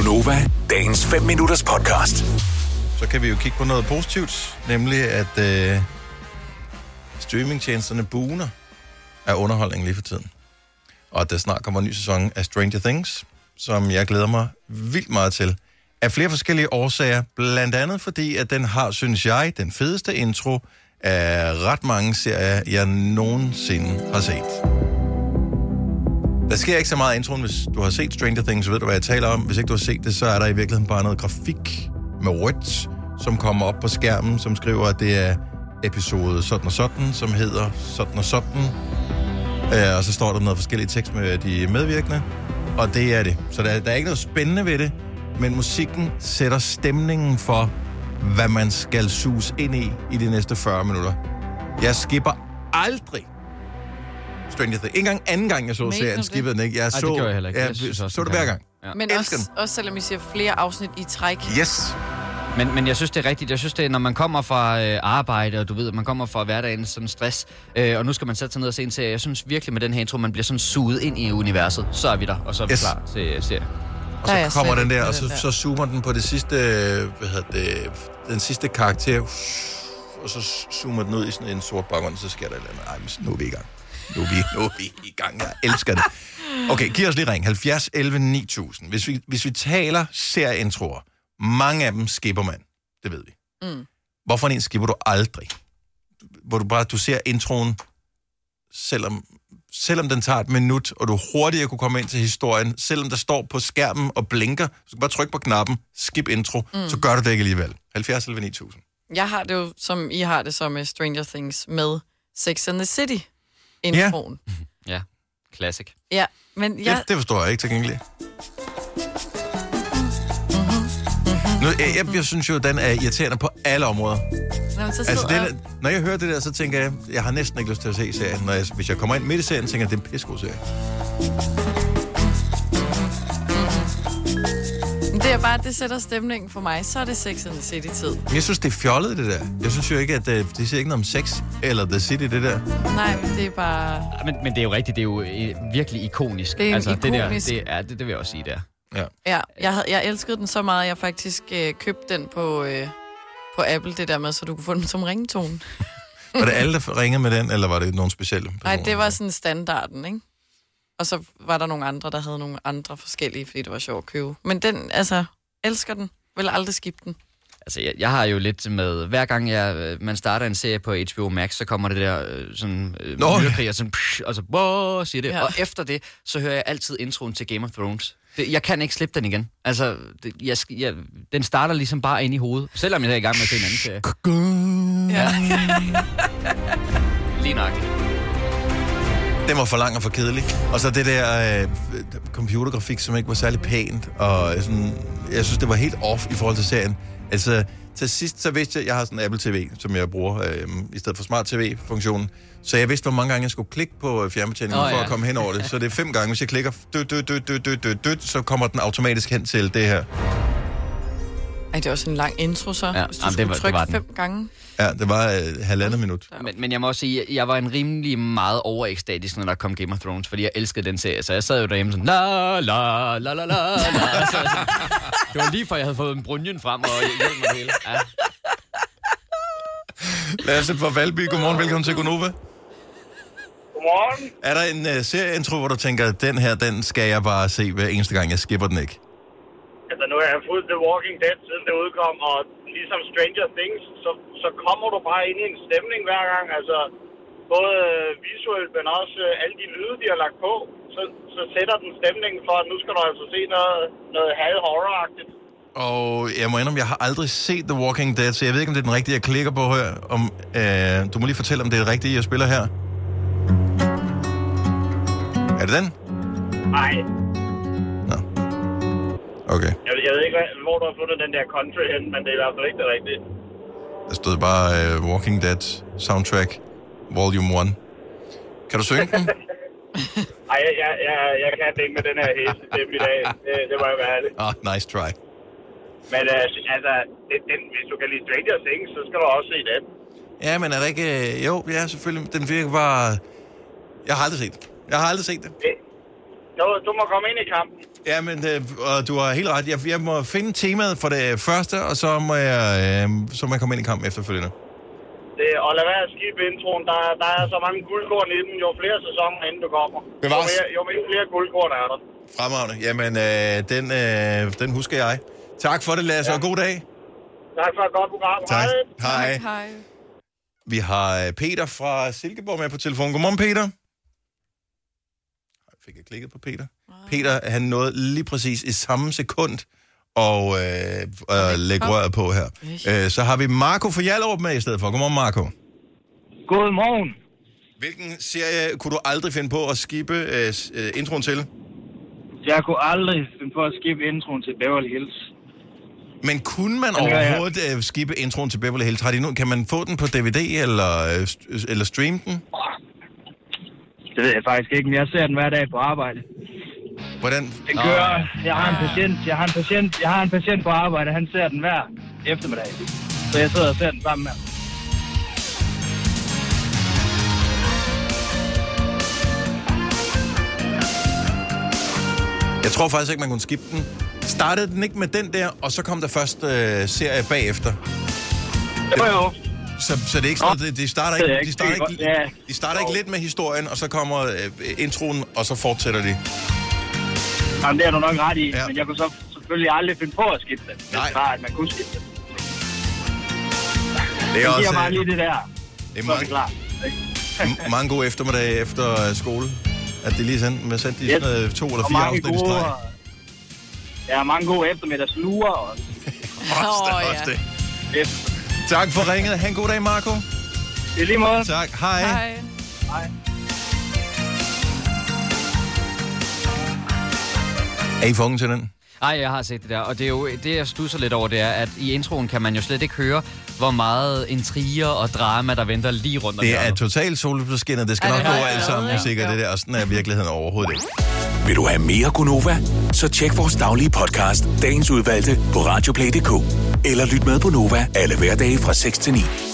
Gonova, dagens 5 minutters podcast. Så kan vi jo kigge på noget positivt, nemlig at streamingtjenesterne booner af underholdning lige for tiden. Og at der snart kommer en ny sæson af Stranger Things, som jeg glæder mig vildt meget til. Af flere forskellige årsager, blandt andet fordi, at den har, synes jeg, den fedeste intro af ret mange serier, jeg nogensinde har set. Der sker ikke så meget introen, hvis du har set Stranger Things, så ved du, hvad jeg taler om. Hvis ikke du har set det, så er der i virkeligheden bare noget grafik med rødt, som kommer op på skærmen, som skriver, at det er episode sådan og sådan, som hedder sådan og sådan. Og så står der noget forskellige tekst med de medvirkende, og det er det. Så der er ikke noget spændende ved det, men musikken sætter stemningen for, hvad man skal suge ind i de næste 40 minutter. Jeg skipper aldrig Stranger Things. Ikke engang anden gang, jeg så serien, skippede den ikke. Jeg det gjorde jeg heller ikke. Jeg så det hver gang. Ja. Men også selvom vi ser flere afsnit i træk. Yes. Men jeg synes, det er rigtigt. Jeg synes, det er, når man kommer fra arbejde, og du ved, man kommer fra hverdagen sådan stress, og nu skal man sætte sig ned og se en serie. Jeg synes virkelig med den her intro, man bliver sådan suget ind i universet. Så er vi der, og så er vi klar til serien. Og så kommer den der, og så zoomer den på det sidste, den sidste karakter, og så zoomer den ud i sådan en sort baggrund, så sker der et eller andet. Ej, men nu er vi i gang. Nu er vi i gang. Jeg elsker det. Okay, giv os lige ring. 70 11 9000. Hvis vi taler serieintroer, mange af dem skipper man. Det ved vi. Mm. Hvorfor en skipper du aldrig? Hvor du ser introen, selvom den tager et minut, og du hurtigere kunne komme ind til historien, selvom der står på skærmen og blinker, så bare tryk på knappen, skip intro, så gør du det ikke alligevel. 70 11 9000. Jeg har det jo, som I har det så med Stranger Things, med Sex and the City introen. Ja, classic. Ja, men det forstår jeg ikke til gengæld. Jeg synes jo, at den er irriterende på alle områder. Når jeg hører det der, så tænker jeg har næsten ikke lyst til at se serien. Hvis jeg kommer ind midt i serien, tænker jeg, at det er en pissegod serie. Det er bare, at det sætter stemningen for mig. Så er det Sex and the City-tid. Jeg synes, det er fjollet, det der. Jeg synes jo ikke, at det siger ikke noget om sex eller The City, det der. Nej, men det er bare... Men det er jo rigtigt, det er jo virkelig ikonisk. Det er ikonisk. Det vil jeg også sige, der. Ja, jeg elskede den så meget, at jeg faktisk købte den på Apple, det der med, så du kunne få den som ringetone. Var det alle, der ringede med den, eller var det nogle specielle personer? Nej, det var sådan standarden, ikke? Og så var der nogle andre, der havde nogle andre forskellige, fordi det var sjovt at købe. Men den, elsker den. Vil aldrig skippe den. Altså, jeg har jo lidt med... Hver gang man starter en serie på HBO Max, så kommer det der sådan... myrekrig, og sådan... og så... siger det. Ja. Og efter det, så hører jeg altid introen til Game of Thrones. Jeg kan ikke slippe den igen. Altså, den starter ligesom bare ind i hovedet. Selvom jeg er i gang med at se en anden serie. Ja. Lige nøjagtigt. Den var for lang og for kedelig. Og så det der computergrafik, som ikke var særlig pænt. Og sådan, jeg synes, det var helt off i forhold til serien. Altså, til sidst så vidste jeg har sådan en Apple TV, som jeg bruger i stedet for Smart TV-funktionen. Så jeg vidste, hvor mange gange jeg skulle klikke på fjernbetjeningen for at komme hen over det. Så det er 5 gange. Hvis jeg klikker så kommer den automatisk hen til det her. Ej, det er også en lang intro, så. Ja, hvis du skulle trykke 5 gange. Ja, det var 1,5 minut. Men jeg må også sige, at jeg var en rimelig meget overekstatisk, når der kom Game of Thrones, fordi jeg elskede den serie. Så jeg sad jo derhjemme sådan, la la la la la. Det var lige før, jeg havde fået en brunjen frem og hjælp med det hele. Ja. Lasse fra Valby, godmorgen, velkommen til Gonova. Godmorgen. Er der en serieintro, hvor du tænker, den skal jeg bare se hver eneste gang, jeg skipper den ikke? Altså, nu har jeg fulgt The Walking Dead, siden det udkom, og ligesom Stranger Things, så kommer du bare ind i en stemning hver gang. Altså, både visuelt, men også alle de lyde, de har lagt på, så sætter den stemningen for, at nu skal du altså se noget halv-horror-agtigt. Og jeg må indrømme, jeg har aldrig set The Walking Dead, så jeg ved ikke, om det er den rigtige, jeg klikker på her. Du må lige fortælle, om det er det rigtige, jeg spiller her. Er det den? Nej. Nå. Okay. Jeg ved ikke, hvor du har fundet den der country hen, men det er i hvert fald ikke det rigtige. Der stod bare Walking Dead soundtrack, volume 1. Kan du synge den? Nej, jeg kan ikke med den her hæse stemme i dag. Det må jeg være ærlig. Nice try. Men hvis du kan lide Stranger Things, så skal du også se den. Ja, men er der ikke... Jo, ja, selvfølgelig. Den virker bare... Jeg har aldrig set det. Du må komme ind i kampen. Ja, men og du har helt ret. Jeg må finde temaet for det første, og så må jeg komme ind i kampen efterfølgende. Og lad være at skibe introen. Der er så mange guldkorn i den, jo flere sæsoner inden du kommer. Jo flere guldkorn er der. Fremragende. Jamen, den husker jeg. Tak for det, Lasse, og god dag. Tak for et godt program. Tak. Hej. Vi har Peter fra Silkeborg med på telefonen. Godmorgen, Peter. Fik jeg klikket på Peter? Peter, han nåede lige præcis i samme sekund og lægge røret på her. Så har vi Marco fra Hjallerup med i stedet for. Godmorgen, Marco. Godmorgen. Hvilken serie kunne du aldrig finde på at skippe introen til? Jeg kunne aldrig finde på at skippe introen til Beverly Hills. Men kunne man overhovedet skippe introen til Beverly Hills? Kan man få den på DVD eller streame den? Det ved jeg faktisk ikke, men jeg ser den hver dag på arbejde. Hvordan? Den kører. Jeg har en patient på arbejde. Han ser den hver eftermiddag. Så jeg sidder og ser den sammen med ham. Jeg tror faktisk ikke, man kunne skippe den. Startede den ikke med den der, og så kom der først serie bagefter? Jo. Så det er ikke sådan, de starter ikke lidt med historien, og så kommer introen, og så fortsætter de. Jamen, det er du nok ret i, men jeg kunne så selvfølgelig aldrig finde på at skifte det. Nej. Bare, at man kunne skifte det. Det giver bare lige det der. Det er klart. Mange gode eftermiddage efter skole. At det lige sendt de 2 eller 4 afsnit i streg. Ja, mange gode eftermiddagslurer også. Også det. Tak for ringet. Ha' en god dag, Marco. I lige måde. Tak. Hej. Er I fundet til den? Ej, jeg har set det der, og det er jo det, jeg studser lidt over, det er, at i introen kan man jo slet ikke høre, hvor meget intriger og drama, der venter lige rundt om hjørnet. Det er totalt solskinnet, det skal nok gå alt sammen, sikkert det der, og sådan er virkeligheden overhovedet ikke. Vil du have mere Gunova? Så tjek vores daglige podcast, dagens udvalgte, på radioplay.dk. Eller lyt med på Nova alle hverdage fra 6 til 9.